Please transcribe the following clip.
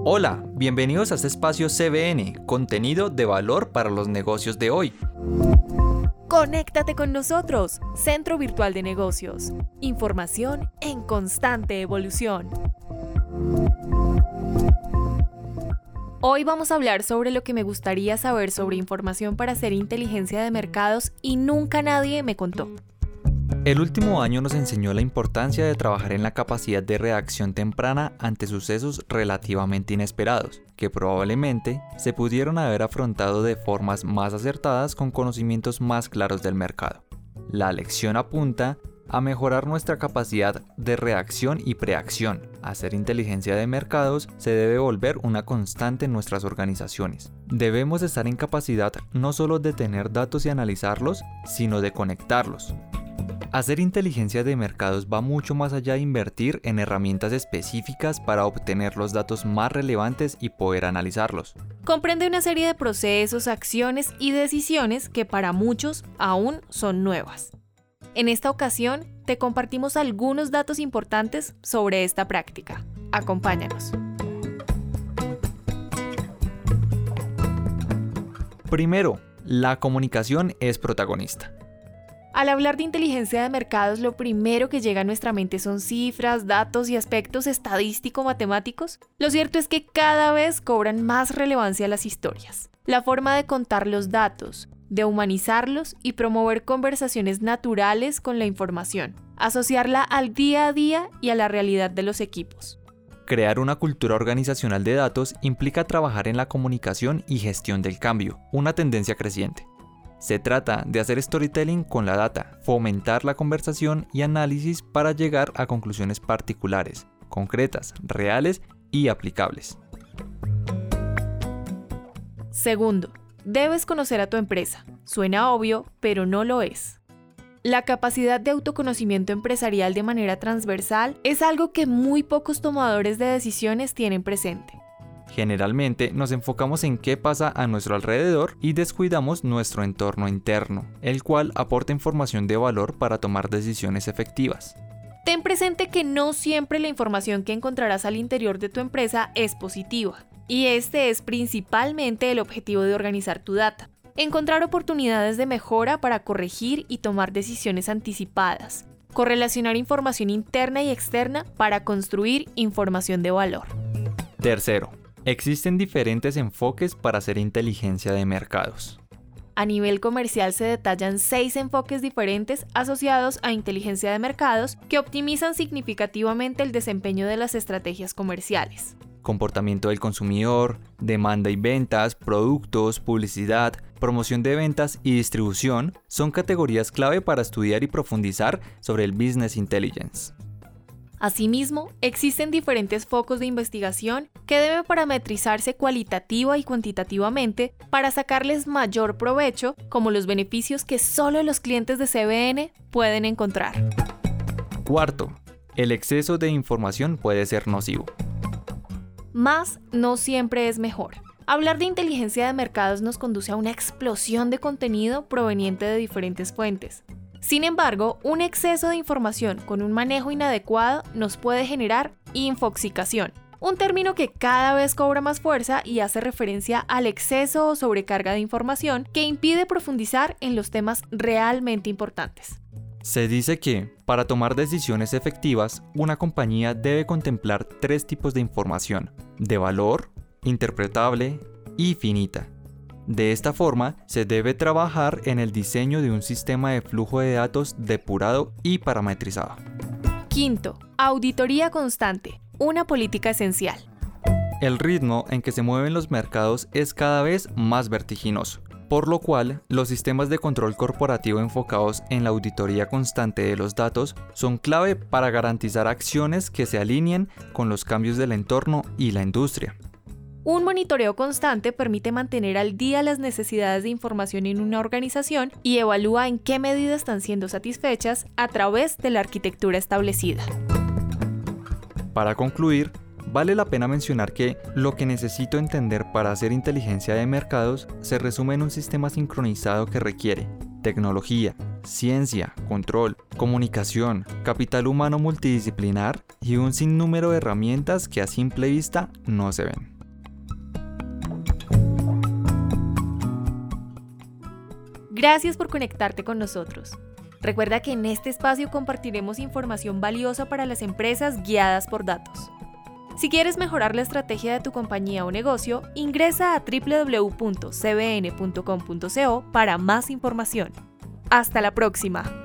Hola, bienvenidos a este espacio CBN, contenido de valor para los negocios de hoy. Conéctate con nosotros, Centro Virtual de Negocios. Información en constante evolución. Hoy vamos a hablar sobre lo que me gustaría saber sobre información para hacer inteligencia de mercados y nunca nadie me contó. El último año nos enseñó la importancia de trabajar en la capacidad de reacción temprana ante sucesos relativamente inesperados, que probablemente se pudieron haber afrontado de formas más acertadas con conocimientos más claros del mercado. La lección apunta a mejorar nuestra capacidad de reacción y preacción. Hacer inteligencia de mercados se debe volver una constante en nuestras organizaciones. Debemos estar en capacidad no solo de tener datos y analizarlos, sino de conectarlos. Hacer inteligencia de mercados va mucho más allá de invertir en herramientas específicas para obtener los datos más relevantes y poder analizarlos. Comprende una serie de procesos, acciones y decisiones que para muchos aún son nuevas. En esta ocasión, te compartimos algunos datos importantes sobre esta práctica. Acompáñanos. Primero, la comunicación es protagonista. Al hablar de inteligencia de mercados, lo primero que llega a nuestra mente son cifras, datos y aspectos estadístico-matemáticos. Lo cierto es que cada vez cobran más relevancia las historias. La forma de contar los datos, de humanizarlos y promover conversaciones naturales con la información, asociarla al día a día y a la realidad de los equipos. Crear una cultura organizacional de datos implica trabajar en la comunicación y gestión del cambio, una tendencia creciente. Se trata de hacer storytelling con la data, fomentar la conversación y análisis para llegar a conclusiones particulares, concretas, reales y aplicables. Segundo, debes conocer a tu empresa. Suena obvio, pero no lo es. La capacidad de autoconocimiento empresarial de manera transversal es algo que muy pocos tomadores de decisiones tienen presente. Generalmente nos enfocamos en qué pasa a nuestro alrededor y descuidamos nuestro entorno interno, el cual aporta información de valor para tomar decisiones efectivas. Ten presente que no siempre la información que encontrarás al interior de tu empresa es positiva, y este es principalmente el objetivo de organizar tu data. Encontrar oportunidades de mejora para corregir y tomar decisiones anticipadas. Correlacionar información interna y externa para construir información de valor. Tercero, existen diferentes enfoques para hacer inteligencia de mercados. A nivel comercial se detallan 6 enfoques diferentes asociados a inteligencia de mercados que optimizan significativamente el desempeño de las estrategias comerciales. Comportamiento del consumidor, demanda y ventas, productos, publicidad, promoción de ventas y distribución son categorías clave para estudiar y profundizar sobre el Business Intelligence. Asimismo, existen diferentes focos de investigación que deben parametrizarse cualitativa y cuantitativamente para sacarles mayor provecho, como los beneficios que solo los clientes de CBN pueden encontrar. Cuarto, el exceso de información puede ser nocivo. Más no siempre es mejor. Hablar de inteligencia de mercados nos conduce a una explosión de contenido proveniente de diferentes fuentes. Sin embargo, un exceso de información con un manejo inadecuado nos puede generar infoxicación, un término que cada vez cobra más fuerza y hace referencia al exceso o sobrecarga de información que impide profundizar en los temas realmente importantes. Se dice que, para tomar decisiones efectivas, una compañía debe contemplar 3 tipos de información: de valor, interpretable y finita. De esta forma, se debe trabajar en el diseño de un sistema de flujo de datos depurado y parametrizado. Quinto, auditoría constante, una política esencial. El ritmo en que se mueven los mercados es cada vez más vertiginoso, por lo cual los sistemas de control corporativo enfocados en la auditoría constante de los datos son clave para garantizar acciones que se alineen con los cambios del entorno y la industria. Un monitoreo constante permite mantener al día las necesidades de información en una organización y evalúa en qué medida están siendo satisfechas a través de la arquitectura establecida. Para concluir, vale la pena mencionar que lo que necesito entender para hacer inteligencia de mercados se resume en un sistema sincronizado que requiere tecnología, ciencia, control, comunicación, capital humano multidisciplinar y un sinnúmero de herramientas que a simple vista no se ven. Gracias por conectarte con nosotros. Recuerda que en este espacio compartiremos información valiosa para las empresas guiadas por datos. Si quieres mejorar la estrategia de tu compañía o negocio, ingresa a www.cbn.com.co para más información. ¡Hasta la próxima!